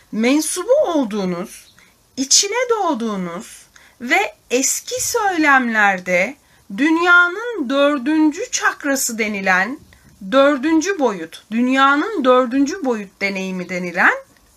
mensubu olduğunuz, içine doğduğunuz ve eski söylemlerde dünyanın 4. çakrası denilen 4. boyut, dünyanın 4. boyut deneyimi denilen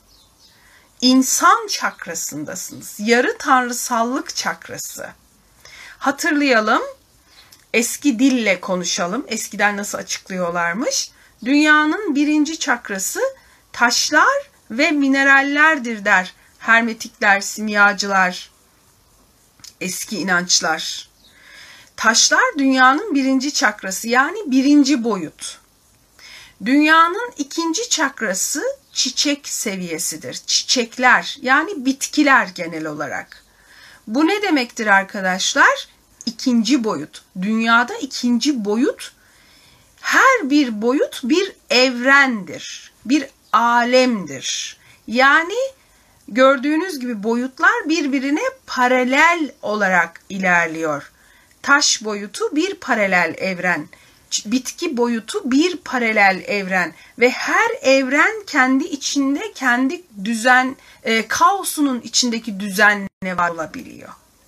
insan çakrasındasınız. Yarı tanrısallık çakrası. Hatırlayalım, eski dille konuşalım. Eskiden nasıl açıklıyorlarmış? Dünyanın 1. çakrası taşlar ve minerallerdir der hermetikler, simyacılar, eski inançlar. Taşlar dünyanın 1. çakrası, yani 1. boyut. Dünyanın 2. çakrası çiçek seviyesidir. Çiçekler, yani bitkiler genel olarak. Bu ne demektir arkadaşlar? 2. boyut. Dünyada 2. boyut, her bir boyut bir evrendir, bir alemdir. Yani gördüğünüz gibi boyutlar birbirine paralel olarak ilerliyor. Taş boyutu bir paralel evren, bitki boyutu bir paralel evren ve her evren kendi içinde kendi düzen, kaosunun içindeki düzenle var olabiliyor.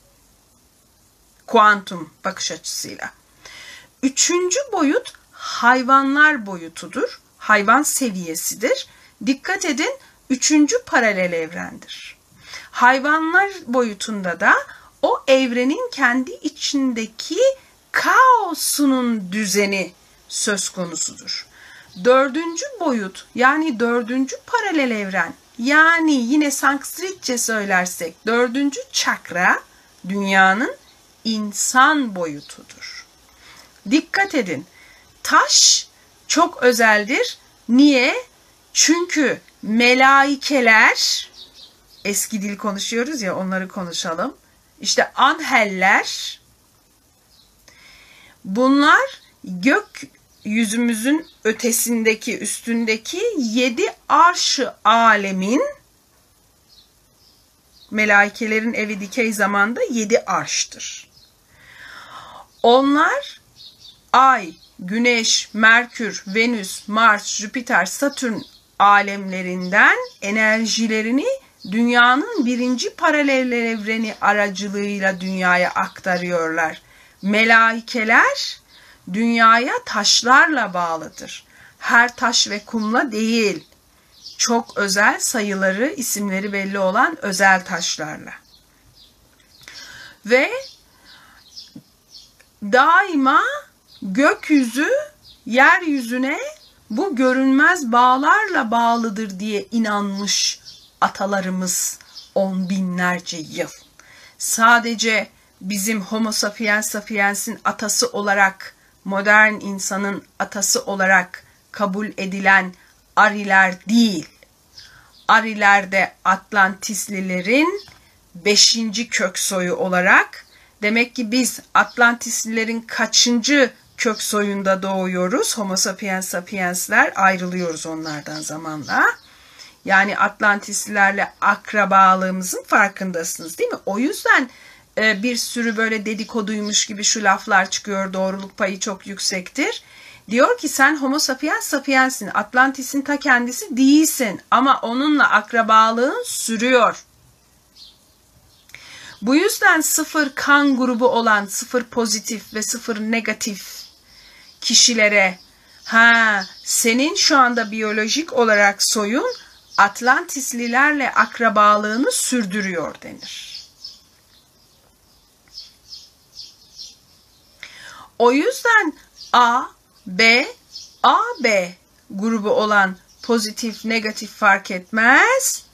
Kuantum bakış açısıyla. 3. boyut hayvanlar boyutudur. Hayvan seviyesidir. Dikkat edin, 3. paralel evrendir. Hayvanlar boyutunda da o evrenin kendi içindeki kaosunun düzeni söz konusudur. 4. boyut, yani 4. paralel evren, yani yine Sanskritçe söylersek 4. çakra dünyanın insan boyutudur. Dikkat edin, taş çok özeldir. Niye? Çünkü melaikeler, eski dil konuşuyoruz ya, onları konuşalım. İşte anheller, bunlar gökyüzümüzün ötesindeki, üstündeki 7 arş-ı alemin, melaikelerin evi dikey zamanda 7 arştır. Onlar Ay, Güneş, Merkür, Venüs, Mars, Jüpiter, Satürn alemlerinden enerjilerini dünyanın 1. paralel evreni aracılığıyla dünyaya aktarıyorlar. Melaikeler dünyaya taşlarla bağlıdır. Her taş ve kumla değil. Çok özel, sayıları, isimleri belli olan özel taşlarla. Ve daima gökyüzü yeryüzüne bu görünmez bağlarla bağlıdır diye inanmış atalarımız 10 binlerce yıl. Sadece bizim Homo sapiens sapiens'in atası olarak, modern insanın atası olarak kabul edilen Ariler değil. Ariler de Atlantislilerin 5. kök soyu olarak, demek ki biz Atlantislilerin kaçıncı kök soyunda doğuyoruz? Homo sapiens sapiensler, ayrılıyoruz onlardan zamanla. Yani Atlantislilerle akrabalığımızın farkındasınız değil mi? O yüzden bir sürü böyle dedikoduymuş gibi şu laflar çıkıyor, doğruluk payı çok yüksektir. Diyor ki sen Homo sapiens sapiens'sin, Atlantis'in ta kendisi değilsin ama onunla akrabalığın sürüyor. Bu yüzden 0 kan grubu olan, 0 pozitif ve 0 negatif kişilere senin şu anda biyolojik olarak soyun Atlantislilerle akrabalığını sürdürüyor denir. O yüzden AB grubu olan pozitif, negatif fark etmez.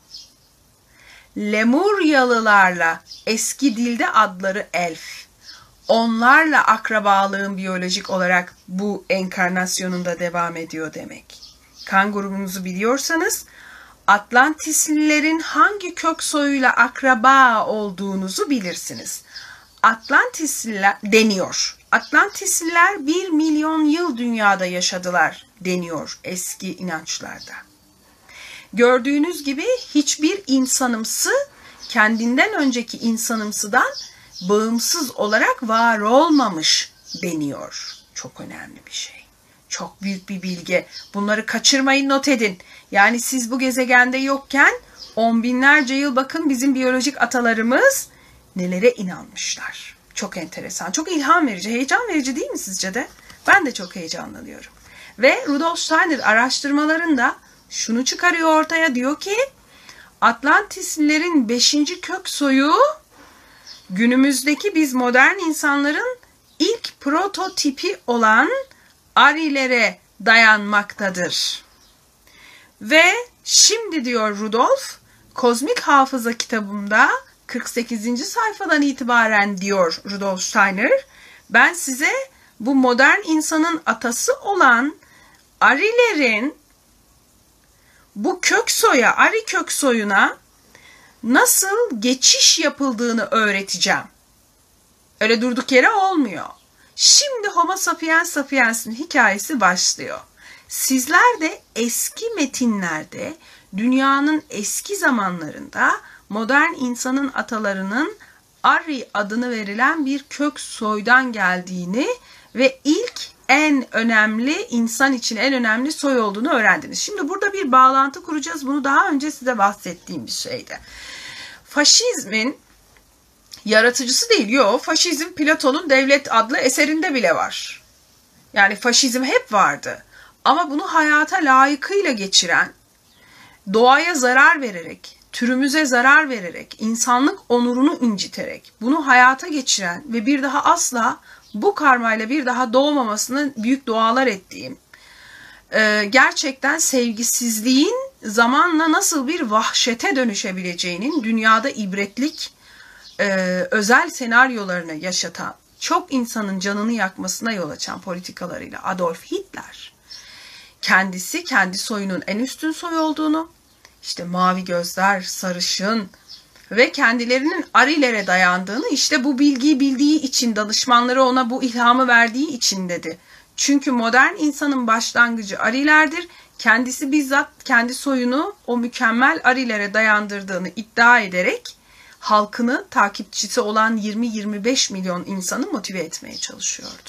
Lemuryalılarla, eski dilde adları elf, onlarla akrabalığın biyolojik olarak bu enkarnasyonunda devam ediyor demek. Kan grubunuzu biliyorsanız Atlantislilerin hangi kök soyuyla akraba olduğunuzu bilirsiniz. Atlantisliler deniyor. Atlantisliler 1 milyon yıl dünyada yaşadılar deniyor eski inançlarda. Gördüğünüz gibi hiçbir insanımsı kendinden önceki insanımsıdan bağımsız olarak var olmamış deniyor. Çok önemli bir şey. Çok büyük bir bilgi. Bunları kaçırmayın, not edin. Yani siz bu gezegende yokken 10 binlerce yıl bakın bizim biyolojik atalarımız nelere inanmışlar. Çok enteresan, çok ilham verici, heyecan verici değil mi sizce de? Ben de çok heyecanlanıyorum. Ve Rudolf Steiner araştırmalarında şunu çıkarıyor ortaya, diyor ki Atlantislilerin 5. kök soyu günümüzdeki biz modern insanların ilk prototipi olan Arilere dayanmaktadır. Ve şimdi diyor Rudolf, Kozmik Hafıza kitabımda 48. sayfadan itibaren diyor Rudolf Steiner, ben size bu modern insanın atası olan Arilerin bu kök soya, Ari kök soyuna nasıl geçiş yapıldığını öğreteceğim. Öyle durduk yere olmuyor. Şimdi Homo sapiens sapiens'in hikayesi başlıyor. Sizler de eski metinlerde, dünyanın eski zamanlarında modern insanın atalarının Ari adını verilen bir kök soydan geldiğini ve ilk en önemli, insan için en önemli soy olduğunu öğrendiniz. Şimdi burada bir bağlantı kuracağız. Bunu daha önce size bahsettiğim bir şeydi. Faşizmin yaratıcısı değil. Yok, faşizm Platon'un Devlet adlı eserinde bile var. Yani faşizm hep vardı. Ama bunu hayata layıkıyla geçiren, doğaya zarar vererek, türümüze zarar vererek, insanlık onurunu inciterek bunu hayata geçiren ve bir daha asla bu karmayla bir daha doğmamasını büyük dualar ettiğim, gerçekten sevgisizliğin zamanla nasıl bir vahşete dönüşebileceğinin dünyada ibretlik özel senaryolarını yaşatan, çok insanın canını yakmasına yol açan politikalarıyla Adolf Hitler, kendisi kendi soyunun en üstün soy olduğunu, işte mavi gözler, sarışın ve kendilerinin Arilere dayandığını, işte bu bilgiyi bildiği için, danışmanları ona bu ilhamı verdiği için dedi. Çünkü modern insanın başlangıcı Arilerdir. Kendisi bizzat kendi soyunu o mükemmel Arilere dayandırdığını iddia ederek halkını, takipçisi olan 20-25 milyon insanı motive etmeye çalışıyordu.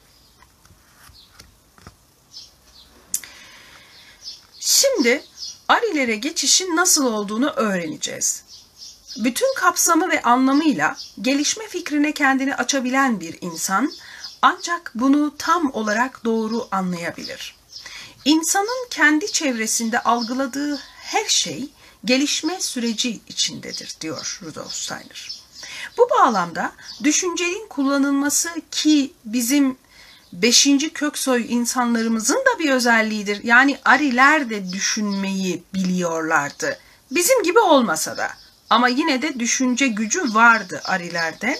Şimdi Arilere geçişin nasıl olduğunu öğreneceğiz. Bütün kapsamı ve anlamıyla gelişme fikrine kendini açabilen bir insan ancak bunu tam olarak doğru anlayabilir. İnsanın kendi çevresinde algıladığı her şey gelişme süreci içindedir, diyor Rudolf Steiner. Bu bağlamda düşüncenin kullanılması, ki bizim 5. köksoy insanlarımızın da bir özelliğidir. Yani Ariler de düşünmeyi biliyorlardı. Bizim gibi olmasa da. Ama yine de düşünce gücü vardı Arilerde.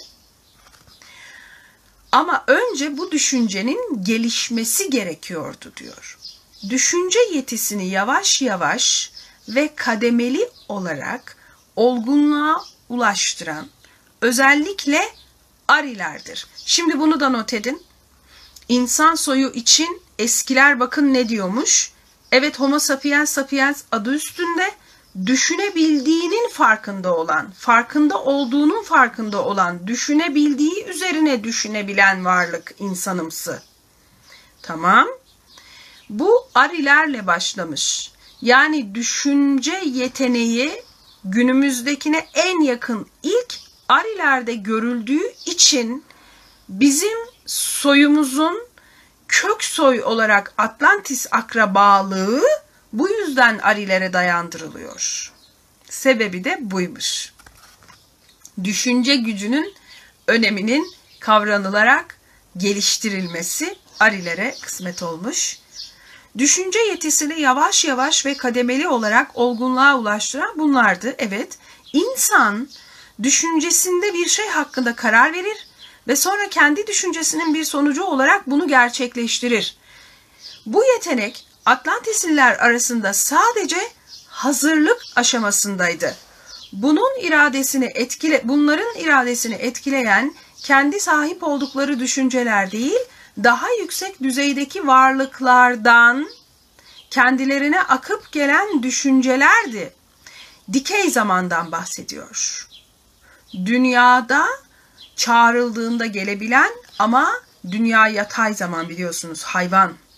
Ama önce bu düşüncenin gelişmesi gerekiyordu, diyor. Düşünce yetisini yavaş yavaş ve kademeli olarak olgunluğa ulaştıran özellikle Arilerdir. Şimdi bunu da not edin. İnsan soyu için eskiler bakın ne diyormuş. Evet, Homo sapiens sapiens adı üstünde, düşünebildiğinin farkında olan, farkında olduğunun farkında olan, düşünebildiği üzerine düşünebilen varlık insanımsı. Tamam. Bu Arilerle başlamış. Yani düşünce yeteneği günümüzdekine en yakın ilk Arilerde görüldüğü için bizim soyumuzun kök soy olarak Atlantis akrabalığı bu yüzden Arilere dayandırılıyor. Sebebi de buymuş. Düşünce gücünün öneminin kavranılarak geliştirilmesi Arilere kısmet olmuş. Düşünce yetisini yavaş yavaş ve kademeli olarak olgunluğa ulaştıran bunlardı. Evet, insan düşüncesinde bir şey hakkında karar verir ve sonra kendi düşüncesinin bir sonucu olarak bunu gerçekleştirir. Bu yetenek Atlantisliler arasında sadece hazırlık aşamasındaydı. Bunların iradesini etkileyen kendi sahip oldukları düşünceler değil, daha yüksek düzeydeki varlıklardan kendilerine akıp gelen düşüncelerdi. Dikey zamandan bahsediyor. Dünyada çağrıldığında gelebilen ama dünya yatay zaman, biliyorsunuz, hayvan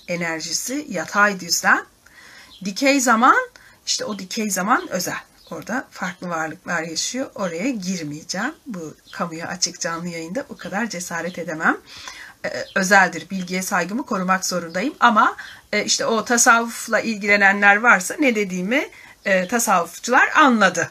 enerjisi yatay düzlem. Dikey zaman, işte o dikey zaman özel. Orada farklı varlıklar yaşıyor. Oraya girmeyeceğim. Bu kamuya açık canlı yayında o kadar cesaret edemem. Özeldir. Bilgiye saygımı korumak zorundayım. Ama işte o tasavvufla ilgilenenler varsa ne dediğimi tasavvufçular anladı.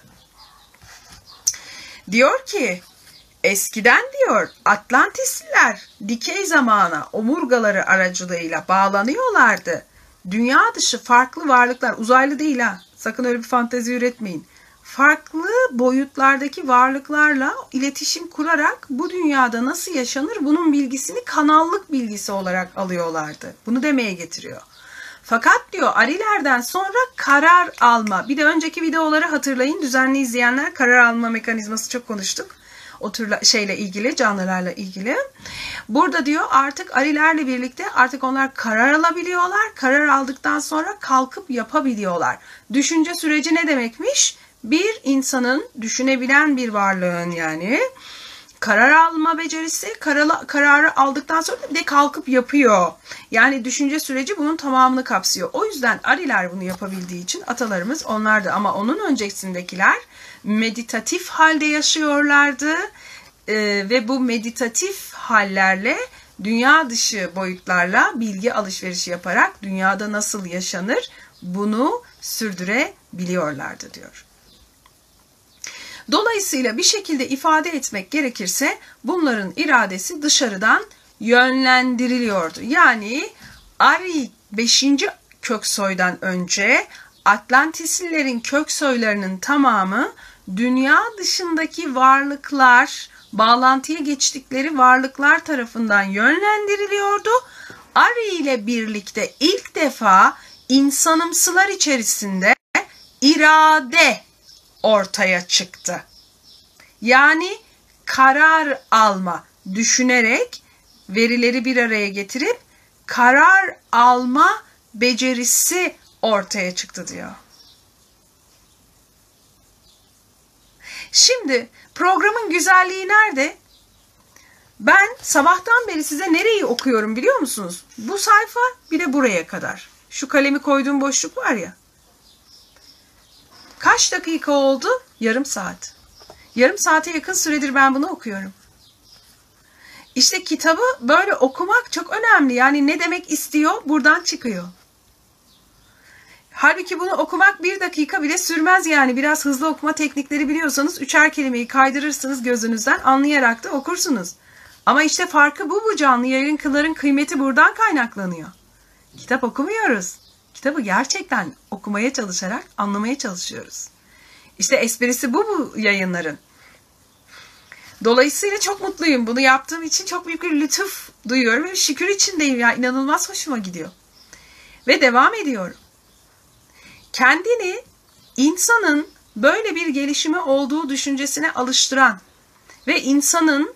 Diyor ki, eskiden diyor Atlantisliler dikey zamana omurgaları aracılığıyla bağlanıyorlardı. Dünya dışı farklı varlıklar, uzaylı değil ha, sakın öyle bir fantezi üretmeyin. Farklı boyutlardaki varlıklarla iletişim kurarak bu dünyada nasıl yaşanır bunun bilgisini kanallık bilgisi olarak alıyorlardı. Bunu demeye getiriyor. Fakat diyor Arilerden sonra karar alma. Bir de önceki videoları hatırlayın, düzenli izleyenler, karar alma mekanizması çok konuştuk. O tür şeyle ilgili, canlılarla ilgili. Burada diyor artık Arilerle birlikte artık onlar karar alabiliyorlar. Karar aldıktan sonra kalkıp yapabiliyorlar. Düşünce süreci ne demekmiş? Bir insanın, düşünebilen bir varlığın yani karar alma becerisi, kararı aldıktan sonra bir de kalkıp yapıyor. Yani düşünce süreci bunun tamamını kapsıyor. O yüzden Ariler bunu yapabildiği için atalarımız onlardı. Ama onun öncesindekiler meditatif halde yaşıyorlardı. Ve bu meditatif hallerle dünya dışı boyutlarla bilgi alışverişi yaparak dünyada nasıl yaşanır bunu sürdürebiliyorlardı diyor. Dolayısıyla bir şekilde ifade etmek gerekirse bunların iradesi dışarıdan yönlendiriliyordu. Yani Ari 5. köksoydan önce Atlantislilerin köksoylarının tamamı dünya dışındaki varlıklar, bağlantıya geçtikleri varlıklar tarafından yönlendiriliyordu. Ari ile birlikte ilk defa insanımsılar içerisinde irade ortaya çıktı. Yani karar alma, düşünerek verileri bir araya getirip karar alma becerisi ortaya çıktı diyor. Şimdi programın güzelliği nerede? Ben sabahtan beri size nereyi okuyorum biliyor musunuz? Bu sayfa bir de buraya kadar. Şu kalemi koyduğum boşluk var ya. Kaç dakika oldu? Yarım saat. Yarım saate yakın süredir ben bunu okuyorum. İşte kitabı böyle okumak çok önemli. Yani ne demek istiyor buradan çıkıyor. Halbuki bunu okumak 1 dakika bile sürmez yani. Biraz hızlı okuma teknikleri biliyorsanız 3'er kelimeyi kaydırırsınız gözünüzden, anlayarak da okursunuz. Ama işte farkı bu canlı yayınların kıymeti buradan kaynaklanıyor. Kitap okumuyoruz. Kitabı gerçekten okumaya çalışarak anlamaya çalışıyoruz. İşte esprisi bu yayınların. Dolayısıyla çok mutluyum. Bunu yaptığım için çok büyük bir lütuf duyuyorum ve şükür içindeyim ya. İnanılmaz hoşuma gidiyor. Ve devam ediyorum. Kendini insanın böyle bir gelişimi olduğu düşüncesine alıştıran ve insanın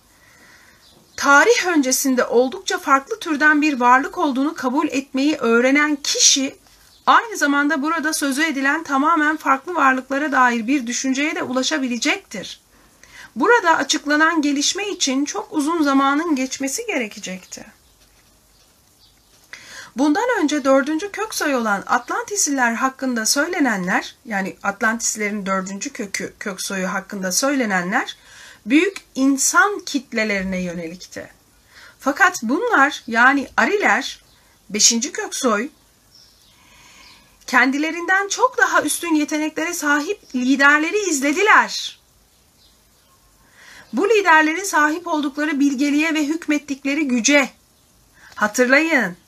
tarih öncesinde oldukça farklı türden bir varlık olduğunu kabul etmeyi öğrenen kişi aynı zamanda burada sözü edilen tamamen farklı varlıklara dair bir düşünceye de ulaşabilecektir. Burada açıklanan gelişme için çok uzun zamanın geçmesi gerekecekti. Bundan önce 4. köksoy olan Atlantisliler hakkında söylenenler, yani Atlantislilerin 4. köksoyu hakkında söylenenler büyük insan kitlelerine yönelikti. Fakat bunlar, yani Ariler 5. köksoy kendilerinden çok daha üstün yeteneklere sahip liderleri izlediler. Bu liderlerin sahip oldukları bilgeliğe ve hükmettikleri güce, hatırlayın,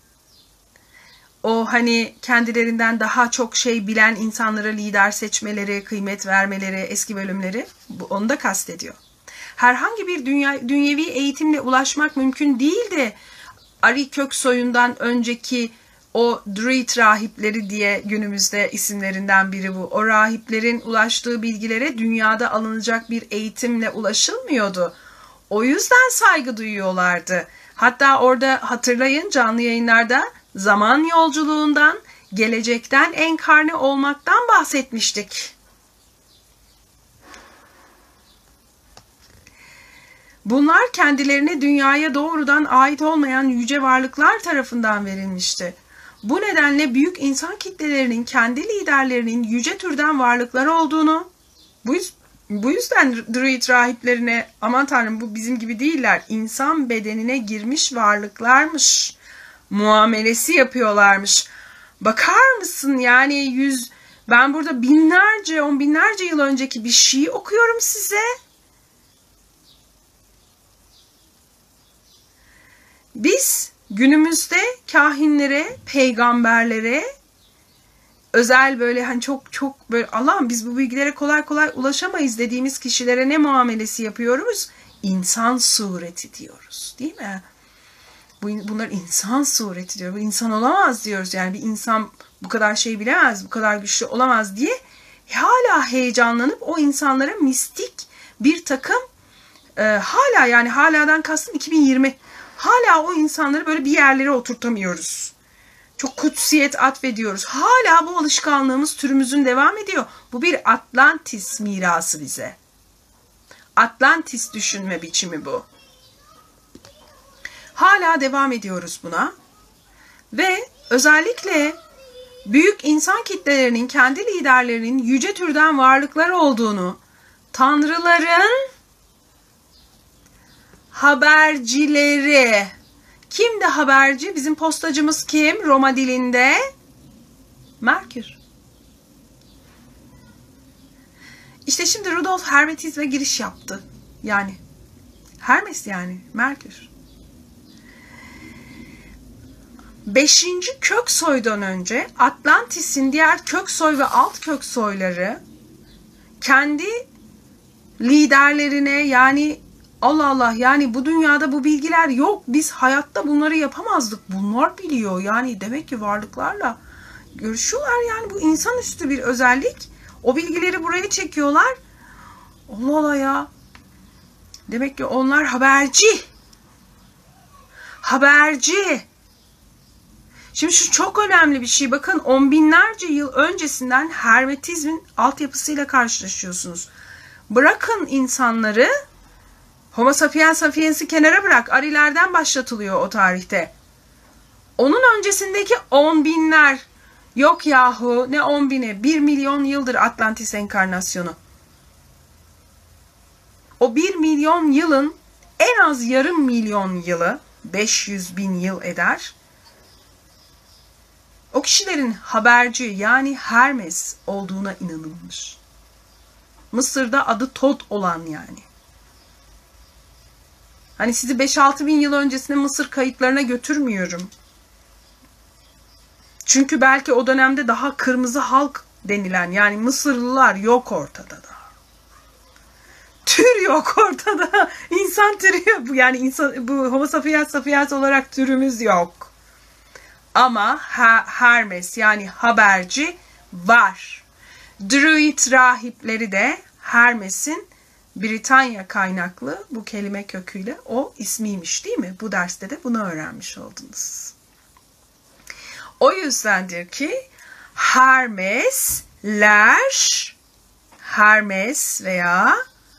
o hani kendilerinden daha çok şey bilen insanlara lider seçmeleri, kıymet vermeleri, eski bölümleri, onu da kastediyor. Herhangi bir dünyevi eğitimle ulaşmak mümkün değil de Ari köksoyundan önceki o Druid rahipleri diye günümüzde isimlerinden biri bu. O rahiplerin ulaştığı bilgilere dünyada alınacak bir eğitimle ulaşılmıyordu. O yüzden saygı duyuyorlardı. Hatta orada hatırlayın canlı yayınlarda zaman yolculuğundan, gelecekten enkarne olmaktan bahsetmiştik. Bunlar kendilerine dünyaya doğrudan ait olmayan yüce varlıklar tarafından verilmişti. Bu nedenle büyük insan kitlelerinin kendi liderlerinin yüce türden varlıklar olduğunu, bu yüzden druid rahiplerine aman tanrım bu bizim gibi değiller, insan bedenine girmiş varlıklarmış muamelesi yapıyorlarmış. Bakar mısın yani ben burada binlerce, on binlerce yıl önceki bir şey okuyorum size. Biz günümüzde kahinlere, peygamberlere, özel böyle hani çok böyle Allah'ım biz bu bilgilere kolay kolay ulaşamayız dediğimiz kişilere ne muamelesi yapıyoruz? İnsan sureti diyoruz, değil mi? Bunlar insan sureti diyor. Bu insan olamaz diyoruz. Yani bir insan bu kadar şey bilemez, bu kadar güçlü olamaz diye hala heyecanlanıp o insanlara mistik bir takım haladan kastım 2020. Hala o insanları böyle bir yerlere oturtamıyoruz. Çok kutsiyet atfediyoruz. Hala bu alışkanlığımız türümüzün devam ediyor. Bu bir Atlantis mirası bize. Atlantis düşünme biçimi bu. Hala devam ediyoruz buna. Ve özellikle büyük insan kitlelerinin kendi liderlerinin yüce türden varlıklar olduğunu, tanrıların habercileri. Kim de haberci? Bizim postacımız kim? Roma dilinde Merkür. İşte şimdi Rudolf Hermetizme giriş yaptı. Yani Hermes yani Merkür. 5. kök soydan önce Atlantis'in diğer kök soy ve alt kök soyları kendi liderlerine yani Allah Allah yani bu dünyada bu bilgiler yok. Biz hayatta bunları yapamazdık. Bunlar biliyor. Yani demek ki varlıklarla görüşüyorlar. Yani bu insanüstü bir özellik. O bilgileri buraya çekiyorlar. Allah Allah ya. Demek ki onlar haberci. Haberci. Şimdi şu çok önemli bir şey. Bakın 10 binlerce yıl öncesinden Hermetizmin altyapısıyla karşılaşıyorsunuz. Bırakın insanları, Homo sapiens sapiens'i kenara bırak. Arilerden başlatılıyor o tarihte. Onun öncesindeki 10 binler. Yok yahu ne 10 bini. 1 milyon yıldır Atlantis enkarnasyonu. O 1 milyon yılın en az yarım milyon yılı 500 bin yıl eder. O kişilerin haberci yani Hermes olduğuna inanılmış. Mısır'da adı Tot olan yani. Hani sizi 5-6 bin yıl öncesine Mısır kayıtlarına götürmüyorum. Çünkü belki o dönemde daha kırmızı halk denilen yani Mısırlılar yok ortada da. Tür yok ortada. İnsan türü yok. Yani insan, bu Homo sapiens olarak türümüz yok. Ama Hermes yani haberci var. Druid rahipleri de Hermes'in Britanya kaynaklı bu kelime köküyle o ismiymiş değil mi? Bu derste de bunu öğrenmiş oldunuz. O yüzdendir ki Hermes veya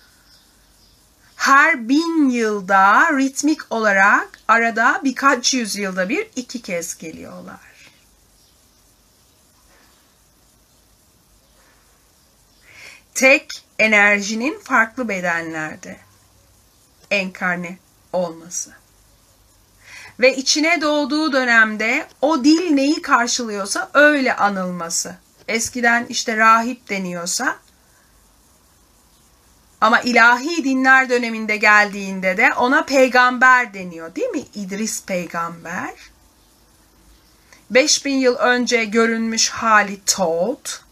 her 1000 yılda ritmik olarak arada birkaç yüzyılda bir 2 kez geliyorlar. Tek enerjinin farklı bedenlerde enkarne olması. Ve içine doğduğu dönemde o dil neyi karşılıyorsa öyle anılması. Eskiden işte rahip deniyorsa ama ilahi dinler döneminde geldiğinde de ona peygamber deniyor değil mi? İdris peygamber. 5000 yıl önce görünmüş hali Tot.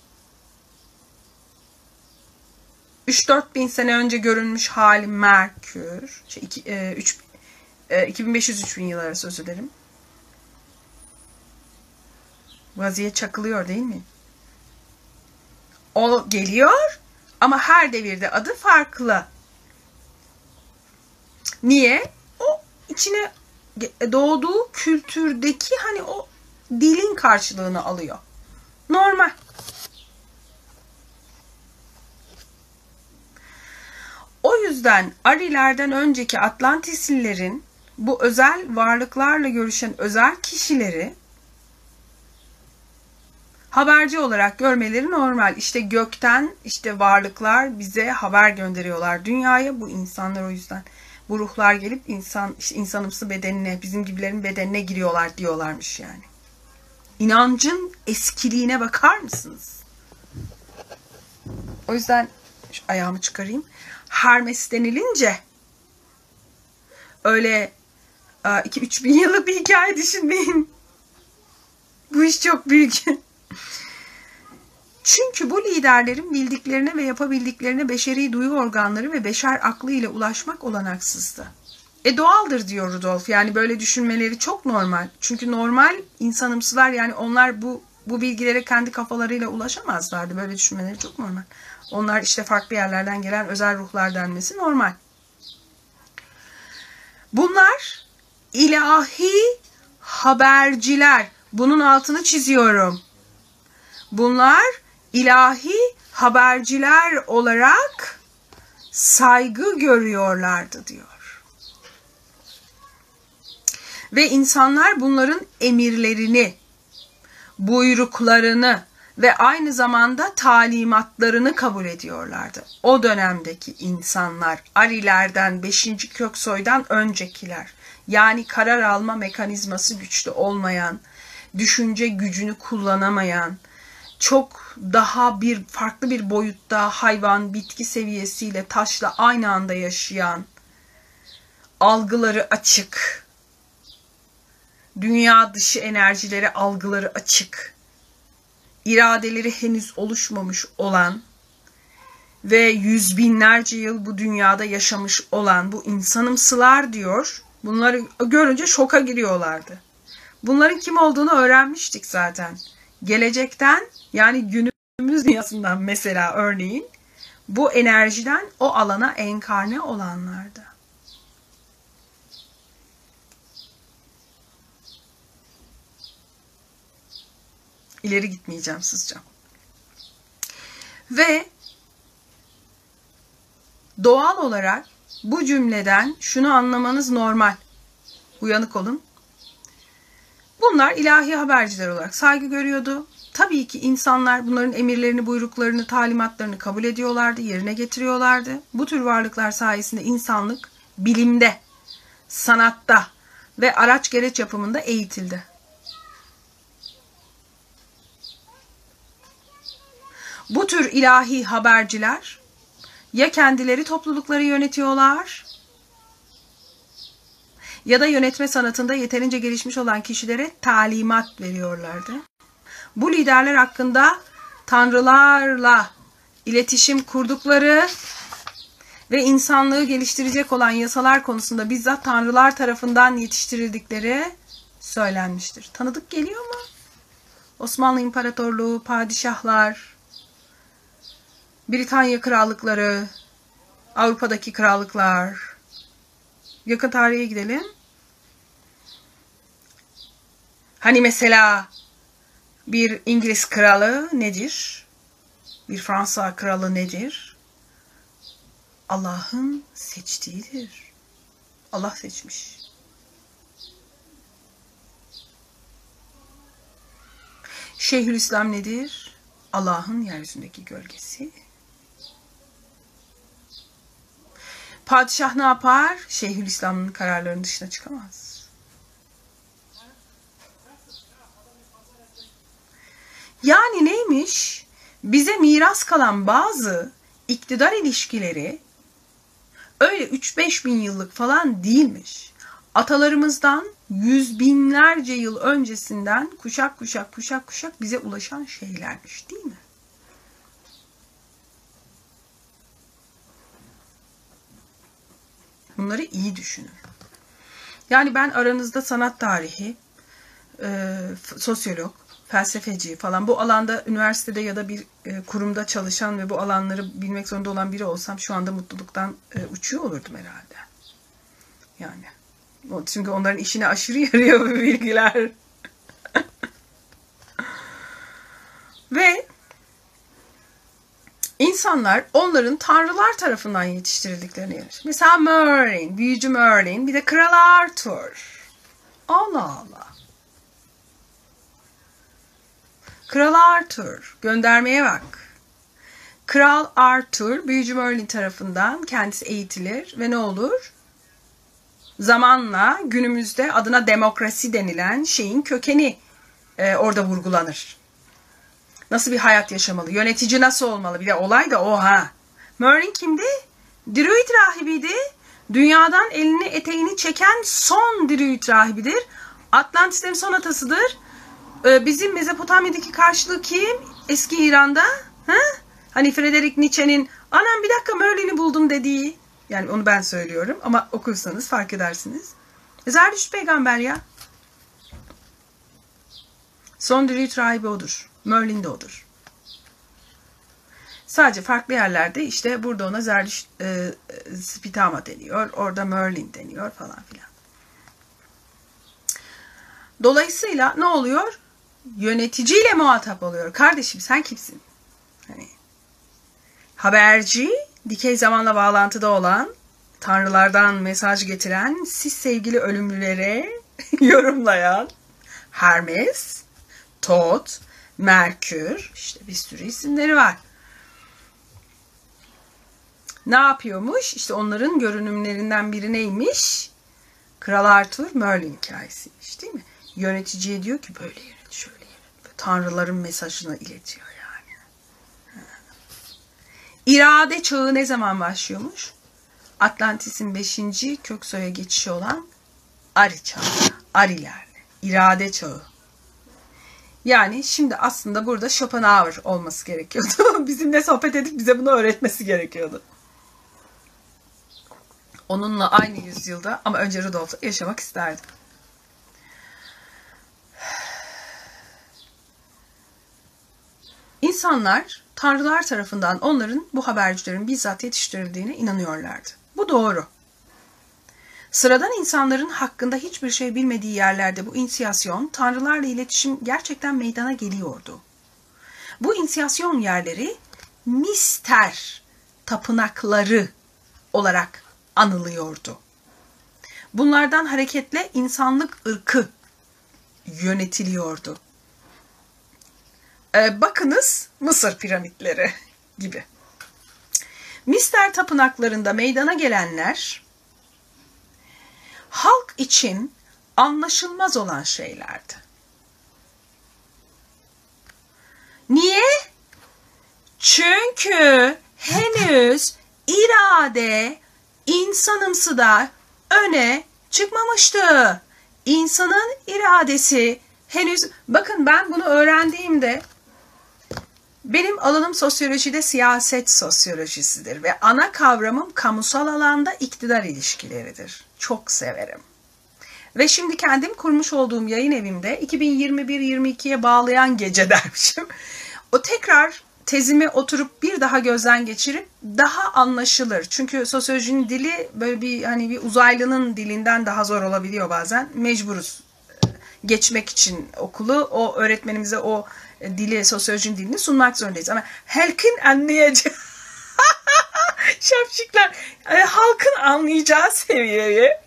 3-4 bin sene önce görünmüş hali Merkür. 2500-3000 yıl arası özür dilerim. Vaziyet çakılıyor değil mi? O geliyor ama her devirde adı farklı. Niye? O içine doğduğu kültürdeki hani o dilin karşılığını alıyor. Normal. O yüzden yüzden Arilerden önceki Atlantislilerin bu özel varlıklarla görüşen özel kişileri haberci olarak görmeleri normal. İşte gökten işte varlıklar bize haber gönderiyorlar dünyaya. Bu insanlar o yüzden bu ruhlar gelip insanımsı bedenine, bizim gibilerin bedenine giriyorlar diyorlarmış yani. İnancın eskiliğine bakar mısınız? O yüzden şu ayağımı çıkarayım. Hermes denilince öyle 2-3 bin yıllık bir hikaye düşünmeyin. Bu iş çok büyük. Çünkü bu liderlerin bildiklerine ve yapabildiklerine beşeri duyu organları ve beşer aklı ile ulaşmak olanaksızdı. Doğaldır diyor Rudolf. Yani böyle düşünmeleri çok normal. Çünkü normal insanımsılar, yani onlar bu bilgilere kendi kafalarıyla ulaşamazlardı. Böyle düşünmeleri çok normal. Onlar işte farklı yerlerden gelen özel ruhlar denmesi normal. Bunlar ilahi haberciler. Bunun altını çiziyorum. Bunlar ilahi haberciler olarak saygı görüyorlardı diyor. Ve insanlar bunların emirlerini, buyruklarını ve aynı zamanda talimatlarını kabul ediyorlardı. O dönemdeki insanlar, Arilerden 5. köksoydan öncekiler, yani karar alma mekanizması güçlü olmayan, düşünce gücünü kullanamayan, çok daha farklı bir boyutta hayvan, bitki seviyesiyle taşla aynı anda yaşayan, algıları açık, dünya dışı enerjileri algıları açık, iradeleri henüz oluşmamış olan ve yüz binlerce yıl bu dünyada yaşamış olan bu insanımsılar diyor. Bunları görünce şoka giriyorlardı. Bunların kim olduğunu öğrenmiştik zaten. Gelecekten, yani günümüz dünyasından mesela örneğin bu enerjiden o alana enkarne olanlardı. İleri gitmeyeceğim, sızacağım. Ve doğal olarak bu cümleden şunu anlamanız normal. Uyanık olun. Bunlar ilahi haberciler olarak saygı görüyordu. Tabii ki insanlar bunların emirlerini, buyruklarını, talimatlarını kabul ediyorlardı, yerine getiriyorlardı. Bu tür varlıklar sayesinde insanlık bilimde, sanatta ve araç gereç yapımında eğitildi. Bu tür ilahi haberciler ya kendileri toplulukları yönetiyorlar ya da yönetme sanatında yeterince gelişmiş olan kişilere talimat veriyorlardı. Bu liderler hakkında tanrılarla iletişim kurdukları ve insanlığı geliştirecek olan yasalar konusunda bizzat tanrılar tarafından yetiştirildikleri söylenmiştir. Tanıdık geliyor mu? Osmanlı İmparatorluğu, padişahlar, Britanya krallıkları, Avrupa'daki krallıklar. Yakın tarihe gidelim. Hani mesela bir İngiliz kralı nedir? Bir Fransa kralı nedir? Allah'ın seçtiğidir. Allah seçmiş. Şeyhülislam nedir? Allah'ın yeryüzündeki gölgesi. Padişah ne yapar? Şeyhülislam'ın kararlarının dışına çıkamaz. Yani neymiş? Bize miras kalan bazı iktidar ilişkileri öyle 3-5 bin yıllık falan değilmiş. Atalarımızdan yüz binlerce yıl öncesinden kuşak kuşak bize ulaşan şeylermiş, değil mi? Bunları iyi düşünün. Yani ben aranızda sanat tarihi, sosyolog, felsefeci falan bu alanda üniversitede ya da bir kurumda çalışan ve bu alanları bilmek zorunda olan biri olsam şu anda mutluluktan uçuyor olurdum herhalde. Yani. Çünkü onların işine aşırı yarıyor bu bilgiler. Ve İnsanlar onların tanrılar tarafından yetiştirildiklerini inanır. Mesela Merlin, büyücü Merlin, bir de Kral Arthur. Allah Allah. Kral Arthur, göndermeye bak. Kral Arthur, büyücü Merlin tarafından kendisi eğitilir ve ne olur? Zamanla günümüzde adına demokrasi denilen şeyin kökeni orada vurgulanır. Nasıl bir hayat yaşamalı? Yönetici nasıl olmalı? Bir de olay da o ha. Merlin kimdi? Druid rahibiydi. Dünyadan elini eteğini çeken son Druid rahibidir. Atlantislerin son atasıdır. Bizim Mezopotamya'daki karşılığı kim? Eski İran'da. Ha? Hani Friedrich Nietzsche'nin anam bir dakika Merlin'i buldum dediği. Yani onu ben söylüyorum ama okursanız fark edersiniz. Zerdüşt peygamber ya. Son Druid rahibi odur. Merlin de odur. Sadece farklı yerlerde işte burada ona Zerdüşt Spitama deniyor. Orada Merlin deniyor falan filan. Dolayısıyla ne oluyor? Yöneticiyle muhatap oluyor. Kardeşim sen kimsin? Hani haberci, dikey zamanla bağlantıda olan, tanrılardan mesaj getiren, siz sevgili ölümlülere yorumlayan Hermes, Tot, Merkür, işte bir sürü isimleri var. Ne yapıyormuş? İşte onların görünümlerinden biri neymiş? Kral Arthur, Merlin hikayesiymiş değil mi? Yöneticiye diyor ki böyle yönet, şöyle yönet. Tanrıların mesajını iletiyor yani. İrade çağı ne zaman başlıyormuş? Atlantis'in 5. Köksoy'a geçişi olan Ari çağı. Arilerle. İrade çağı. Yani şimdi aslında burada Schopenhauer olması gerekiyordu. Bizimle sohbet edip bize bunu öğretmesi gerekiyordu. Onunla aynı yüzyılda ama önce Rudolf'ta yaşamak isterdim. İnsanlar tanrılar tarafından onların bu habercilerin bizzat yetiştirildiğine inanıyorlardı. Bu doğru. Sıradan insanların hakkında hiçbir şey bilmediği yerlerde bu inisiyasyon, tanrılarla iletişim gerçekten meydana geliyordu. Bu inisiyasyon yerleri mister tapınakları olarak anılıyordu. Bunlardan hareketle insanlık ırkı yönetiliyordu. Bakınız Mısır piramitleri gibi. Mister tapınaklarında meydana gelenler halk için anlaşılmaz olan şeylerdi. Niye? Çünkü henüz irade insanımsı da öne çıkmamıştı. İnsanın iradesi henüz, bakın ben bunu öğrendiğimde benim alanım sosyolojide siyaset sosyolojisidir ve ana kavramım kamusal alanda iktidar ilişkileridir. Çok severim. Ve şimdi kendim kurmuş olduğum yayın evimde 2021-22'ye bağlayan gece dermişim. O tekrar tezimi oturup bir daha gözden geçirip daha anlaşılır. Çünkü sosyolojinin dili böyle bir uzaylının dilinden daha zor olabiliyor bazen. Mecburuz geçmek için okulu, o öğretmenimize o dili, sosyolojinin dilini sunmak zorundayız. Ama halkın anlayacağı şapşikler, halkın anlayacağı seviyeye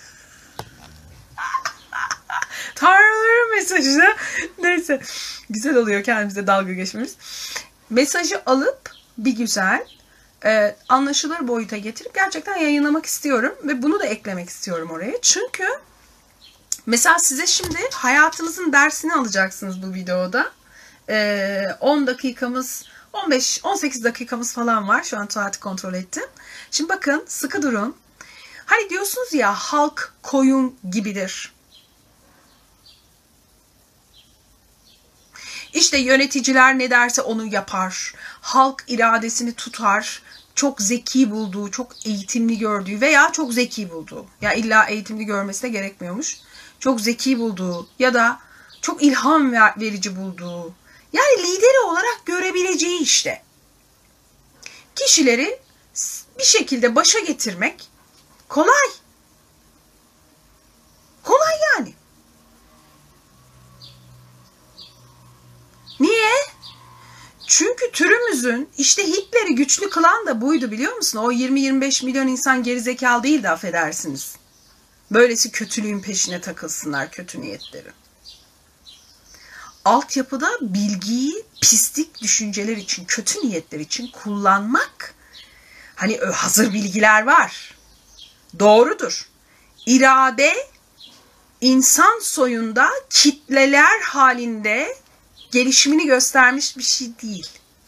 Tanrıların mesajını, neyse güzel oluyor kendimize dalga geçmemiz. Mesajı alıp bir güzel anlaşılır boyuta getirip gerçekten yayınlamak istiyorum ve bunu da eklemek istiyorum oraya. Çünkü mesela size şimdi hayatınızın dersini alacaksınız bu videoda. 10 dakikamız, 15-18 dakikamız falan var. Şu an saati kontrol ettim. Şimdi bakın, sıkı durun. Hani diyorsunuz ya, halk koyun gibidir. İşte yöneticiler ne derse onu yapar. Halk iradesini tutar. Çok zeki bulduğu, çok eğitimli gördüğü veya çok zeki bulduğu. Ya illa eğitimli görmesi de gerekmiyormuş. Çok zeki bulduğu ya da çok ilham verici bulduğu. Yani lideri olarak görebileceği işte. Kişileri bir şekilde başa getirmek kolay. Kolay yani. Niye? Çünkü Çünkü türümüzün işte Hitler'i güçlü kılan da buydu, biliyor musun? O 20-25 milyon insan gerizekalı değil de, affedersiniz. Böylesi kötülüğün peşine takılsınlar, kötü niyetleri. Altyapıda bilgiyi pislik düşünceler için, kötü niyetler için kullanmak, hani hazır bilgiler var. Doğrudur. İrade insan soyunda kitleler halinde gelişimini göstermiş bir şey değil.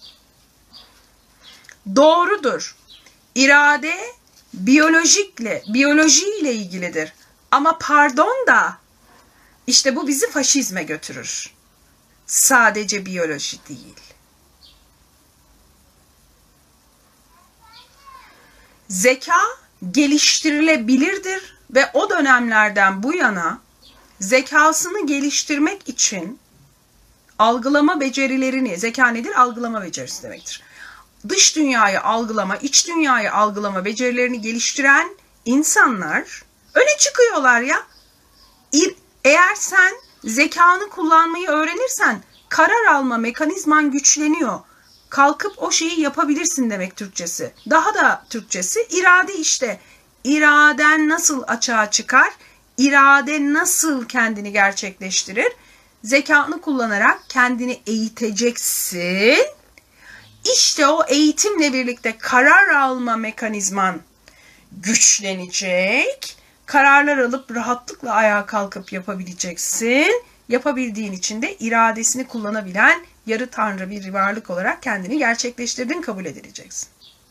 Doğrudur. İrade biyolojiyle ilgilidir. Ama pardon da işte bu bizi faşizme götürür. Sadece biyoloji değil. Zeka geliştirilebilirdir ve o dönemlerden bu yana zekasını geliştirmek için algılama becerilerini, zeka nedir? Algılama becerisi demektir. Dış dünyayı algılama, iç dünyayı algılama becerilerini geliştiren insanlar öne çıkıyorlar ya. Eğer sen zekanı kullanmayı öğrenirsen karar alma mekanizman güçleniyor. Kalkıp o şeyi yapabilirsin demek Türkçesi. Daha da Türkçesi irade işte. İraden nasıl açığa çıkar? İrade nasıl kendini gerçekleştirir? Zekanı kullanarak kendini eğiteceksin. İşte o eğitimle birlikte karar alma mekanizman güçlenecek. Kararlar alıp rahatlıkla ayağa kalkıp yapabileceksin. Yapabildiğin için de iradesini kullanabilen yarı tanrı bir varlık olarak kendini gerçekleştirdiğin kabul edileceksin.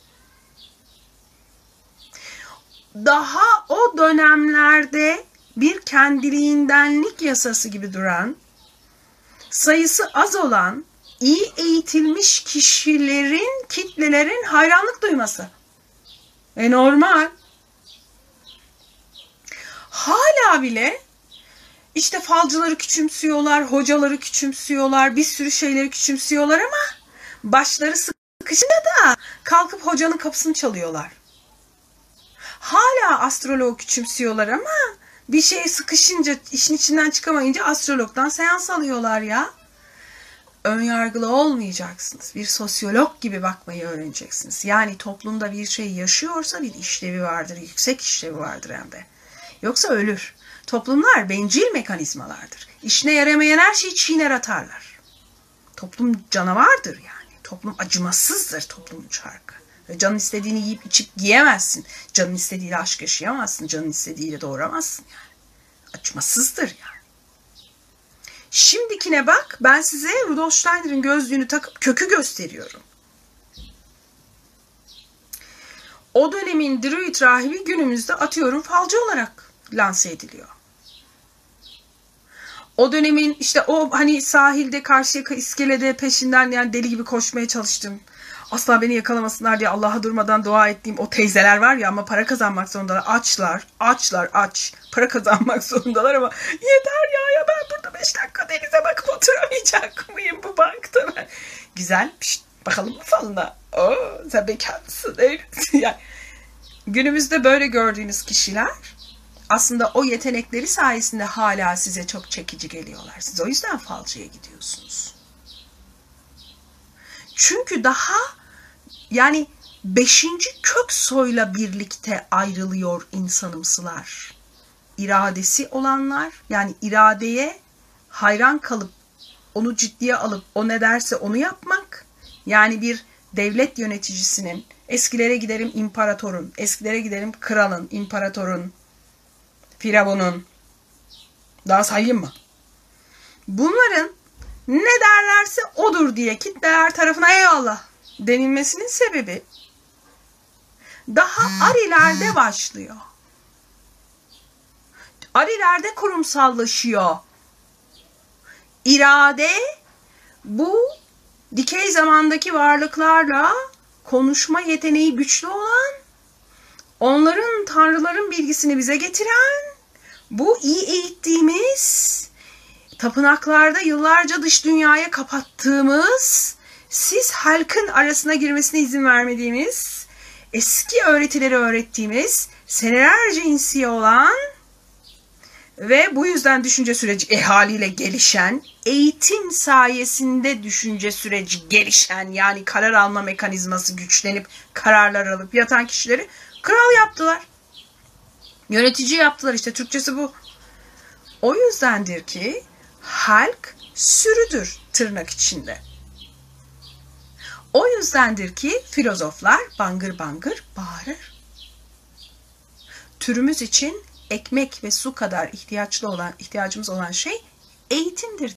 Daha o dönemlerde bir kendiliğindenlik yasası gibi duran, sayısı az olan, iyi eğitilmiş kişilerin, kitlelerin hayranlık duyması. Normal. Hala bile işte falcıları küçümsüyorlar, hocaları küçümsüyorlar, bir sürü şeyleri küçümsüyorlar ama başları sıkışınca da kalkıp hocanın kapısını çalıyorlar. Hala astroloğu küçümsüyorlar ama bir şeye sıkışınca, işin içinden çıkamayınca astrologdan seans alıyorlar ya. Önyargılı olmayacaksınız. Bir sosyolog gibi bakmayı öğreneceksiniz. Yani toplumda bir şey yaşıyorsa bir işlevi vardır, yüksek işlevi vardır hem de. Yoksa ölür. Toplumlar bencil mekanizmalardır. İşine yaramayan her şeyi çiğner atarlar. Toplum canavardır yani. Toplum acımasızdır, toplumun çarkı. Canın istediğini yiyip içip giyemezsin. Canın istediğiyle aşk yaşayamazsın. Canın istediğiyle doğuramazsın yani. Acımasızdır yani. Şimdikine bak, ben size Rudolf Steiner'in gözlüğünü takıp kökü gösteriyorum. O dönemin Druid rahibi günümüzde atıyorum falcı olarak lanse ediliyor. O dönemin işte o hani sahilde Karşıyaka iskelede peşinden yani deli gibi koşmaya çalıştım. Asla beni yakalamasınlar diye Allah'a durmadan dua ettiğim o teyzeler var ya, ama para kazanmak zorundalar. Aç. Para kazanmak zorundalar ama yeter ya ben burada 5 dakika denize bakıp oturamayacak mıyım bu bankta ben? Güzel. Bakalım mı falına? Sen bekar mısın? Yani, günümüzde böyle gördüğünüz kişiler aslında o yetenekleri sayesinde hala size çok çekici geliyorlar. Siz o yüzden falcıya gidiyorsunuz. Çünkü daha yani 5. kök soyla birlikte ayrılıyor insanımsılar. İradesi olanlar, yani iradeye hayran kalıp onu ciddiye alıp o ne derse onu yapmak. Yani bir devlet yöneticisinin, eskilere giderim imparatorun, eskilere giderim kralın, imparatorun, firavunun, daha sayayım mı? Bunların ne derlerse odur diye kitleler tarafına eyvallah denilmesinin sebebi daha Arilerde başlıyor. Arilerde kurumsallaşıyor. İrade bu dikey zamandaki varlıklarla konuşma yeteneği güçlü olan, onların tanrıların bilgisini bize getiren, bu iyi eğittiğimiz, tapınaklarda yıllarca dış dünyaya kapattığımız, siz halkın arasına girmesine izin vermediğimiz, eski öğretileri öğrettiğimiz, senelerce insiye olan Ve bu yüzden düşünce süreci haliyle gelişen, eğitim sayesinde düşünce süreci gelişen, yani karar alma mekanizması güçlenip kararlar alıp yatan kişileri kral yaptılar. Yönetici yaptılar, işte Türkçesi bu. O yüzdendir ki halk sürüdür tırnak içinde. O yüzdendir ki filozoflar bangır bangır bağırır. Türümüz için ekmek ve su kadar ihtiyacımız olan şey eğitimdir